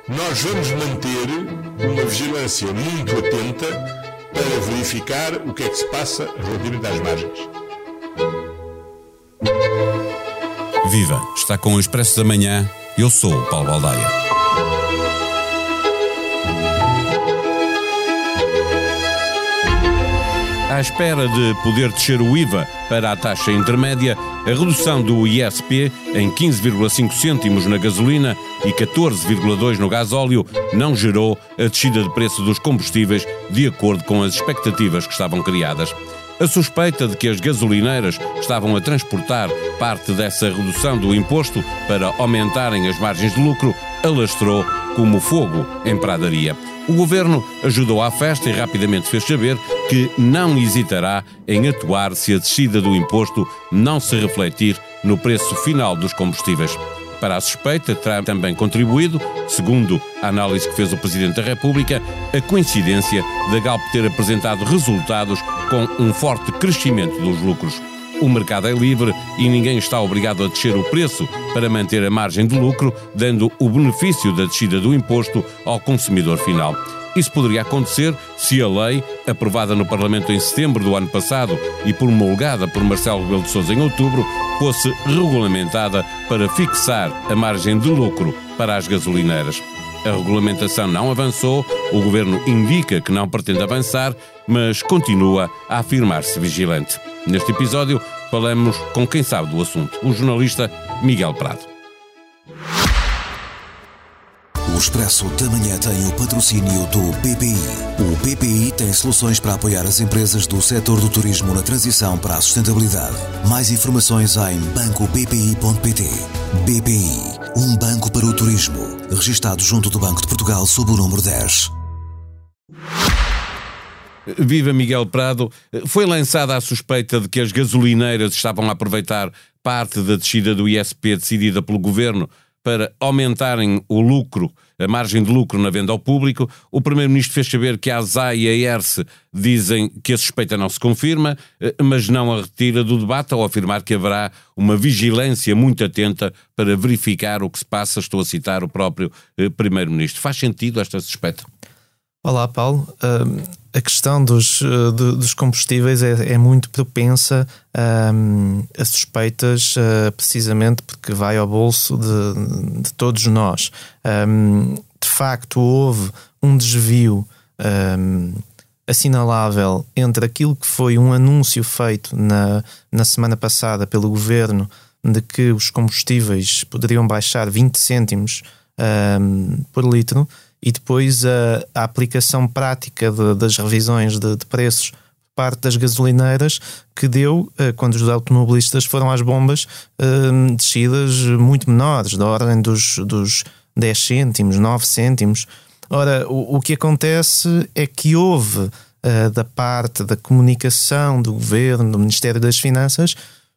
Nós vamos manter uma vigilância muito atenta para verificar o que é que se passa relativamente às margens. Viva! Está com o Expresso da Manhã. Eu sou o Paulo Baldaia. À espera de poder descer o IVA para a taxa intermédia, a redução do ISP em 15,5 cêntimos na gasolina e 14,2 no gasóleo não gerou a descida de preço dos combustíveis de acordo com as expectativas que estavam criadas. A suspeita de que as gasolineiras estavam a transportar parte dessa redução do imposto para aumentarem as margens de lucro alastrou como fogo em pradaria. O Governo ajudou à festa e rapidamente fez saber que não hesitará em atuar se a descida do imposto não se refletir no preço final dos combustíveis. Para a suspeita terá também contribuído, segundo a análise que fez o Presidente da República, a coincidência da Galp ter apresentado resultados com um forte crescimento dos lucros. O mercado é livre e ninguém está obrigado a descer o preço para manter a margem de lucro, dando o benefício da descida do imposto ao consumidor final. Isso poderia acontecer se a lei, aprovada no Parlamento em setembro do ano passado e promulgada por Marcelo Rebelo de Sousa em outubro, fosse regulamentada para fixar a margem de lucro para as gasolineiras. A regulamentação não avançou, o Governo indica que não pretende avançar, mas continua a afirmar-se vigilante. Neste episódio, falamos com quem sabe do assunto, o jornalista Miguel Prado. O Expresso da Manhã tem o patrocínio do BPI. O BPI tem soluções para apoiar as empresas do setor do turismo na transição para a sustentabilidade. Mais informações em bancobpi.pt. BPI, um banco para o turismo. Registado junto do Banco de Portugal sob o número 10. Viva Miguel Prado. Foi lançada a suspeita de que as gasolineiras estavam a aproveitar parte da descida do ISP decidida pelo Governo para aumentarem o lucro, a margem de lucro na venda ao público. O Primeiro-Ministro fez saber que a ASAI e a ERSE dizem que a suspeita não se confirma, mas não a retira do debate ao afirmar que haverá uma vigilância muito atenta para verificar o que se passa. Estou a citar o próprio Primeiro-Ministro. Faz sentido esta suspeita? Olá, Paulo. A questão dos combustíveis é muito propensa a suspeitas, precisamente porque vai ao bolso de todos nós. De facto, houve um desvio assinalável entre aquilo que foi um anúncio feito na semana passada pelo Governo de que os combustíveis poderiam baixar 20 cêntimos por litro, e depois a aplicação prática das revisões de preços por parte das gasolineiras, que deu, quando os automobilistas foram às bombas, descidas muito menores, da ordem dos 10 cêntimos, 9 cêntimos. Ora, o que acontece é que houve, da parte da comunicação do Governo, do Ministério das Finanças,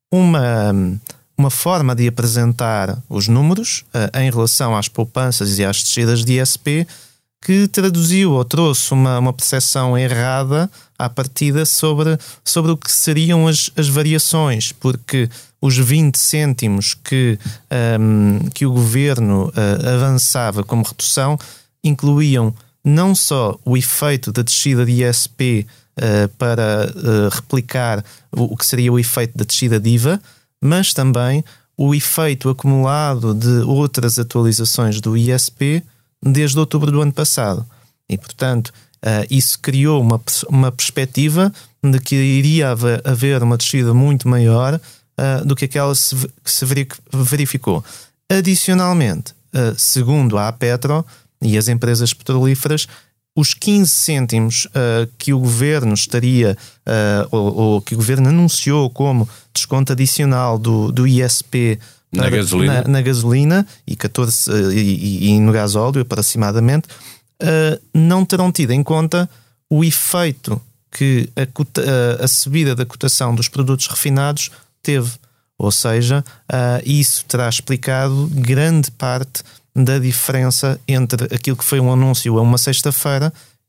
uma forma de apresentar os números em relação às poupanças e às descidas de ISP que traduziu ou trouxe uma percepção errada à partida sobre o que seriam as variações, porque os 20 cêntimos que o Governo avançava como redução incluíam não só o efeito da descida de ISP para replicar o que seria o efeito da descida de IVA, mas também o efeito acumulado de outras atualizações do ISP desde outubro do ano passado. E, portanto, isso criou uma perspectiva de que iria haver uma descida muito maior do que aquela que se verificou. Adicionalmente, segundo a Petro e as empresas petrolíferas, os 15 cêntimos que o Governo estaria, ou que o Governo anunciou como desconto adicional do ISP na gasolina e 14 e no gasóleo aproximadamente, não terão tido em conta o efeito que a subida da cotação dos produtos refinados teve. Ou seja, isso terá explicado grande parte da diferença entre aquilo que foi um anúncio a uma sexta-feira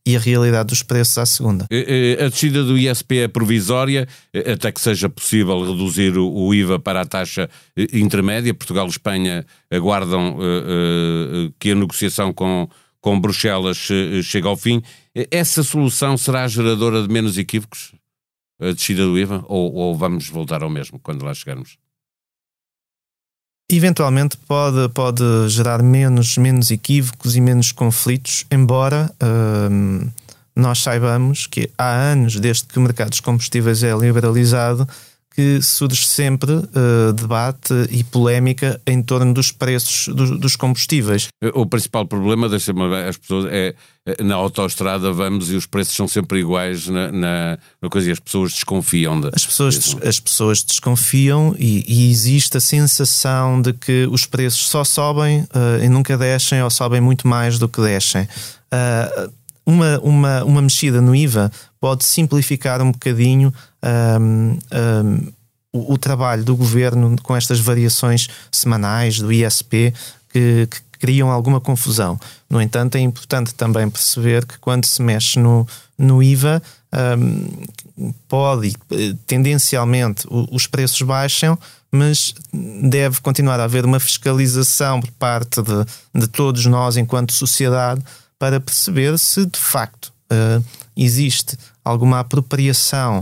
e a realidade dos preços à segunda. A descida do ISP é provisória, até que seja possível reduzir o IVA para a taxa intermédia. Portugal e Espanha aguardam que a negociação com Bruxelas chegue ao fim. Essa solução será geradora de menos equívocos, a descida do IVA, ou vamos voltar ao mesmo quando lá chegarmos? Eventualmente pode gerar menos equívocos e menos conflitos, embora nós saibamos que há anos, desde que o mercado dos combustíveis é liberalizado, que surge sempre debate e polémica em torno dos preços dos combustíveis. O principal problema, as pessoas, é na autoestrada vamos e os preços são sempre iguais na coisa, e as pessoas desconfiam. As pessoas desconfiam e existe a sensação de que os preços só sobem e nunca descem, ou sobem muito mais do que descem. Uma mexida no IVA pode simplificar um bocadinho o trabalho do governo com estas variações semanais do ISP que criam alguma confusão. No entanto, é importante também perceber que quando se mexe no IVA, tendencialmente os preços baixam, mas deve continuar a haver uma fiscalização por parte de todos nós enquanto sociedade para perceber se de facto existe alguma apropriação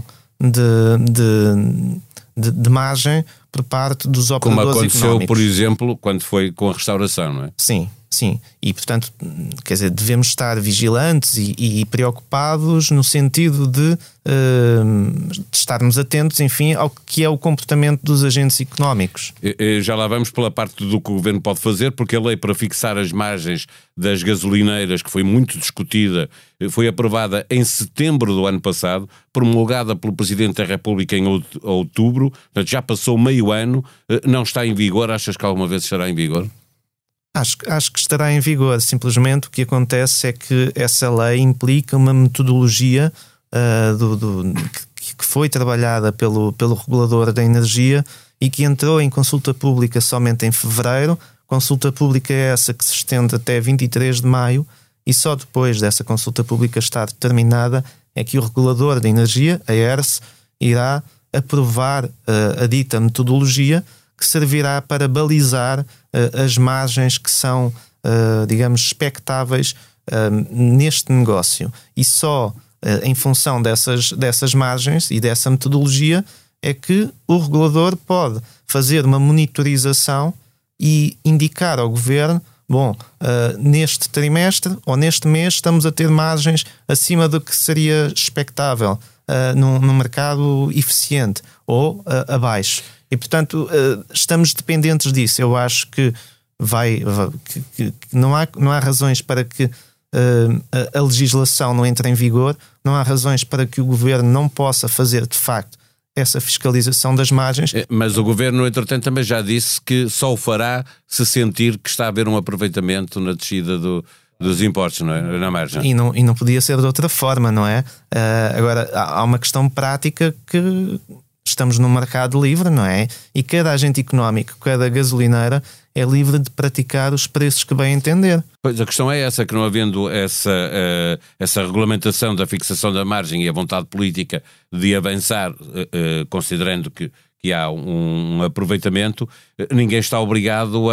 de margem por parte dos operadores económicos. Como aconteceu, por exemplo, quando foi com a restauração, não é? Sim. E, portanto, quer dizer, devemos estar vigilantes e preocupados no sentido de estarmos atentos, enfim, ao que é o comportamento dos agentes económicos. Já lá vamos pela parte do que o Governo pode fazer, porque a lei para fixar as margens das gasolineiras, que foi muito discutida, foi aprovada em setembro do ano passado, promulgada pelo Presidente da República em outubro, portanto já passou meio ano, não está em vigor. Achas que alguma vez estará em vigor? Acho que estará em vigor. Simplesmente o que acontece é que essa lei implica uma metodologia que foi trabalhada pelo regulador da energia e que entrou em consulta pública somente em fevereiro. Consulta pública essa que se estende até 23 de maio, e só depois dessa consulta pública estar terminada é que o regulador da energia, a ERSE, irá aprovar a dita metodologia, que servirá para balizar as margens que são, digamos, expectáveis neste negócio. E só em função dessas margens e dessa metodologia é que o regulador pode fazer uma monitorização e indicar ao governo: bom, neste trimestre ou neste mês estamos a ter margens acima do que seria expectável num mercado eficiente, ou abaixo. E, portanto, estamos dependentes disso. Eu acho que não há razões para que a legislação não entre em vigor, não há razões para que o governo não possa fazer, de facto, essa fiscalização das margens. Mas o governo, entretanto, também já disse que só o fará se sentir que está a haver um aproveitamento na descida dos impostos, não é? Na margem. E não podia ser de outra forma, não é? Agora, há uma questão prática que estamos num mercado livre, não é? E cada agente económico, cada gasolineira é livre de praticar os preços que bem entender. Pois, a questão é essa, que não havendo essa regulamentação da fixação da margem e a vontade política de avançar, considerando que há um aproveitamento, ninguém está obrigado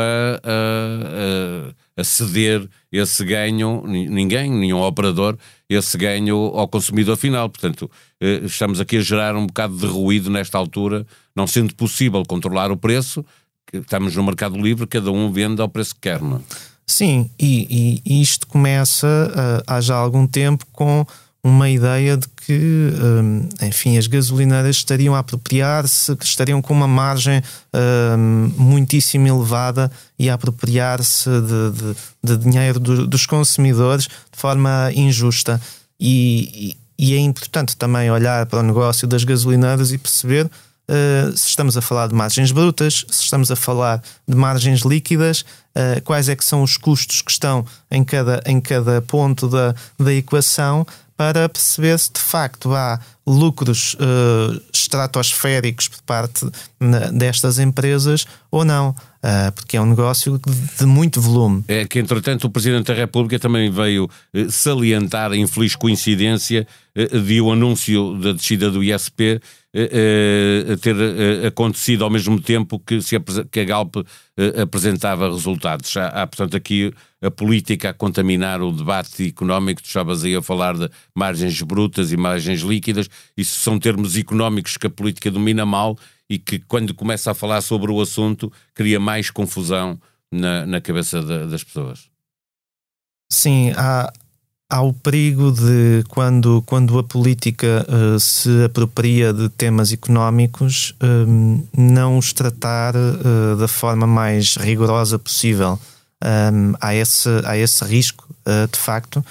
a ceder esse ganho, nenhum operador, esse ganho ao consumidor final. Portanto, estamos aqui a gerar um bocado de ruído nesta altura, não sendo possível controlar o preço. Estamos no mercado livre, cada um vende ao preço que quer, não é? Sim, e isto começa há já algum tempo com uma ideia de que, enfim, as gasolineiras estariam a apropriar-se, estariam com uma margem muitíssimo elevada e a apropriar-se de dinheiro dos consumidores de forma injusta. E é importante também olhar para o negócio das gasolineiras e perceber se estamos a falar de margens brutas, se estamos a falar de margens líquidas, quais é que são os custos que estão em cada ponto da equação, para perceber se de facto há lucros estratosféricos por parte destas empresas ou não, porque é um negócio de muito volume. É que, entretanto, o Presidente da República também veio salientar a infeliz coincidência de o anúncio da descida do ISP ter acontecido ao mesmo tempo que a Galp apresentava resultados. Há, portanto, aqui a política a contaminar o debate económico. Tu estavas aí a falar de margens brutas e margens líquidas. Isso são termos económicos que a política domina mal e que, quando começa a falar sobre o assunto, cria mais confusão na cabeça das pessoas. Sim, há o perigo de quando a política se apropria de temas económicos, não os tratar da forma mais rigorosa possível. Há esse risco, de facto.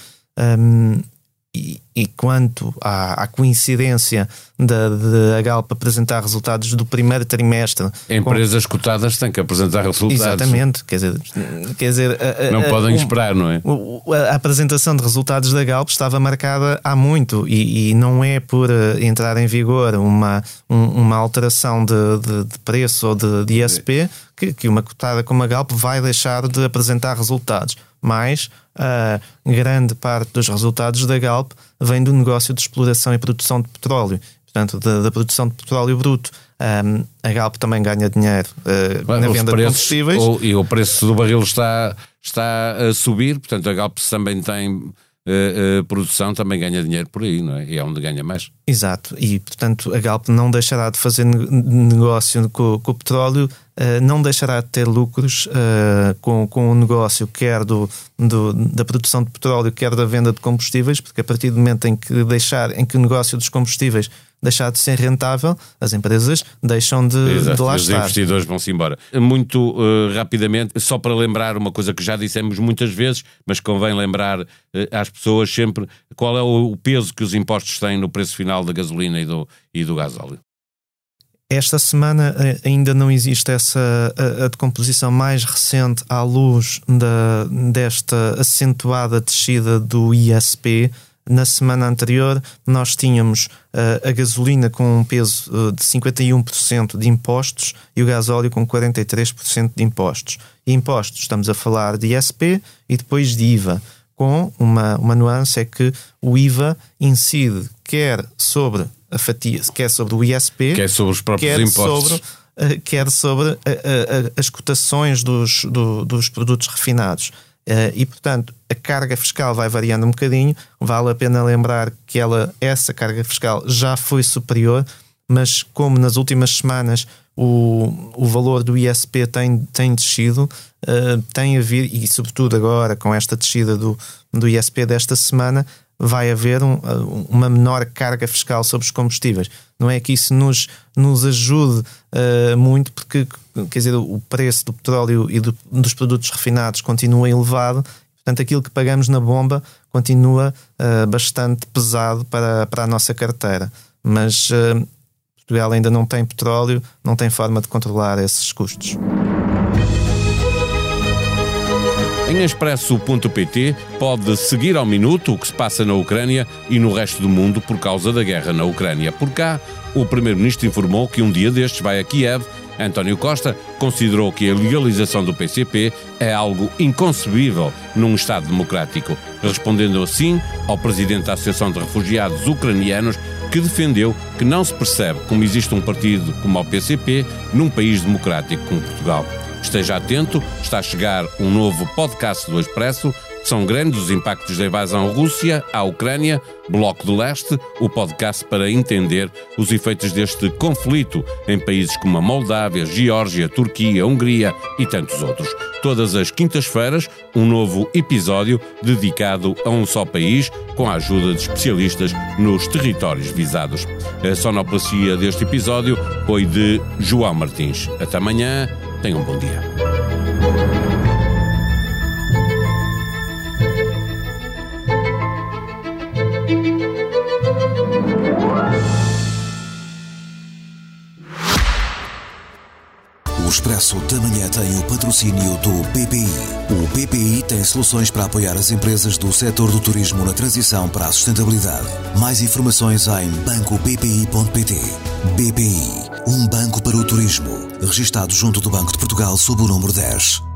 E quanto à coincidência de a Galp apresentar resultados do primeiro trimestre... Empresas cotadas têm que apresentar resultados. Exatamente. Quer dizer não podem esperar, não é? A apresentação de resultados da Galp estava marcada há muito e não é por entrar em vigor uma alteração de preço ou de ISP que uma cotada como a Galp vai deixar de apresentar resultados. Mas a grande parte dos resultados da Galp vem do negócio de exploração e produção de petróleo. Portanto, da produção de petróleo bruto. A Galp também ganha dinheiro na venda de combustíveis. E o preço do barril está a subir, portanto a Galp também tem produção, também ganha dinheiro por aí, não é? E é onde ganha mais. Exato, e portanto a Galp não deixará de fazer negócio com o petróleo, não deixará de ter lucros com o negócio quer da produção de petróleo, quer da venda de combustíveis, porque a partir do momento em que o negócio dos combustíveis deixar de ser rentável, as empresas deixam de lá os estar. Os investidores vão-se embora. Muito rapidamente, só para lembrar uma coisa que já dissemos muitas vezes, mas convém lembrar às pessoas sempre qual é o peso que os impostos têm no preço final da gasolina e do gasóleo. Esta semana ainda não existe a decomposição mais recente à luz desta acentuada descida do ISP. Na semana anterior nós tínhamos a gasolina com um peso de 51% de impostos e o gasóleo com 43% de impostos. E impostos, estamos a falar de ISP e depois de IVA, com uma nuance, é que o IVA incide quer sobre a fatia, quer sobre o ISP, quer sobre os próprios impostos, quer sobre as cotações dos produtos refinados. E, portanto, a carga fiscal vai variando um bocadinho. Vale a pena lembrar que essa carga fiscal já foi superior, mas como nas últimas semanas o valor do ISP tem descido, tem havido, e sobretudo agora com esta descida do ISP desta semana, vai haver uma menor carga fiscal sobre os combustíveis. Não é que isso nos ajude muito, porque, quer dizer, o preço do petróleo e dos produtos refinados continua elevado, portanto aquilo que pagamos na bomba continua bastante pesado para a nossa carteira. Mas Portugal ainda não tem petróleo, não tem forma de controlar esses custos. Em Expresso.pt pode seguir ao minuto o que se passa na Ucrânia e no resto do mundo por causa da guerra na Ucrânia. Por cá, o Primeiro-Ministro informou que um dia destes vai a Kiev. António Costa considerou que a legalização do PCP é algo inconcebível num Estado democrático, respondendo assim ao Presidente da Associação de Refugiados Ucranianos, que defendeu que não se percebe como existe um partido como o PCP num país democrático como Portugal. Esteja atento, está a chegar um novo podcast do Expresso. São grandes os impactos da invasão Rússia à Ucrânia, Bloco de Leste, o podcast para entender os efeitos deste conflito em países como a Moldávia, Geórgia, Turquia, Hungria e tantos outros. Todas as quintas-feiras, um novo episódio dedicado a um só país, com a ajuda de especialistas nos territórios visados. A sonoplastia deste episódio foi de João Martins. Até amanhã. Tenham um bom dia. O Expresso da Manhã tem o patrocínio do BPI. O BPI tem soluções para apoiar as empresas do setor do turismo na transição para a sustentabilidade. Mais informações em bancobpi.pt. BPI, um banco para o turismo. Registado junto do Banco de Portugal sob o número 10.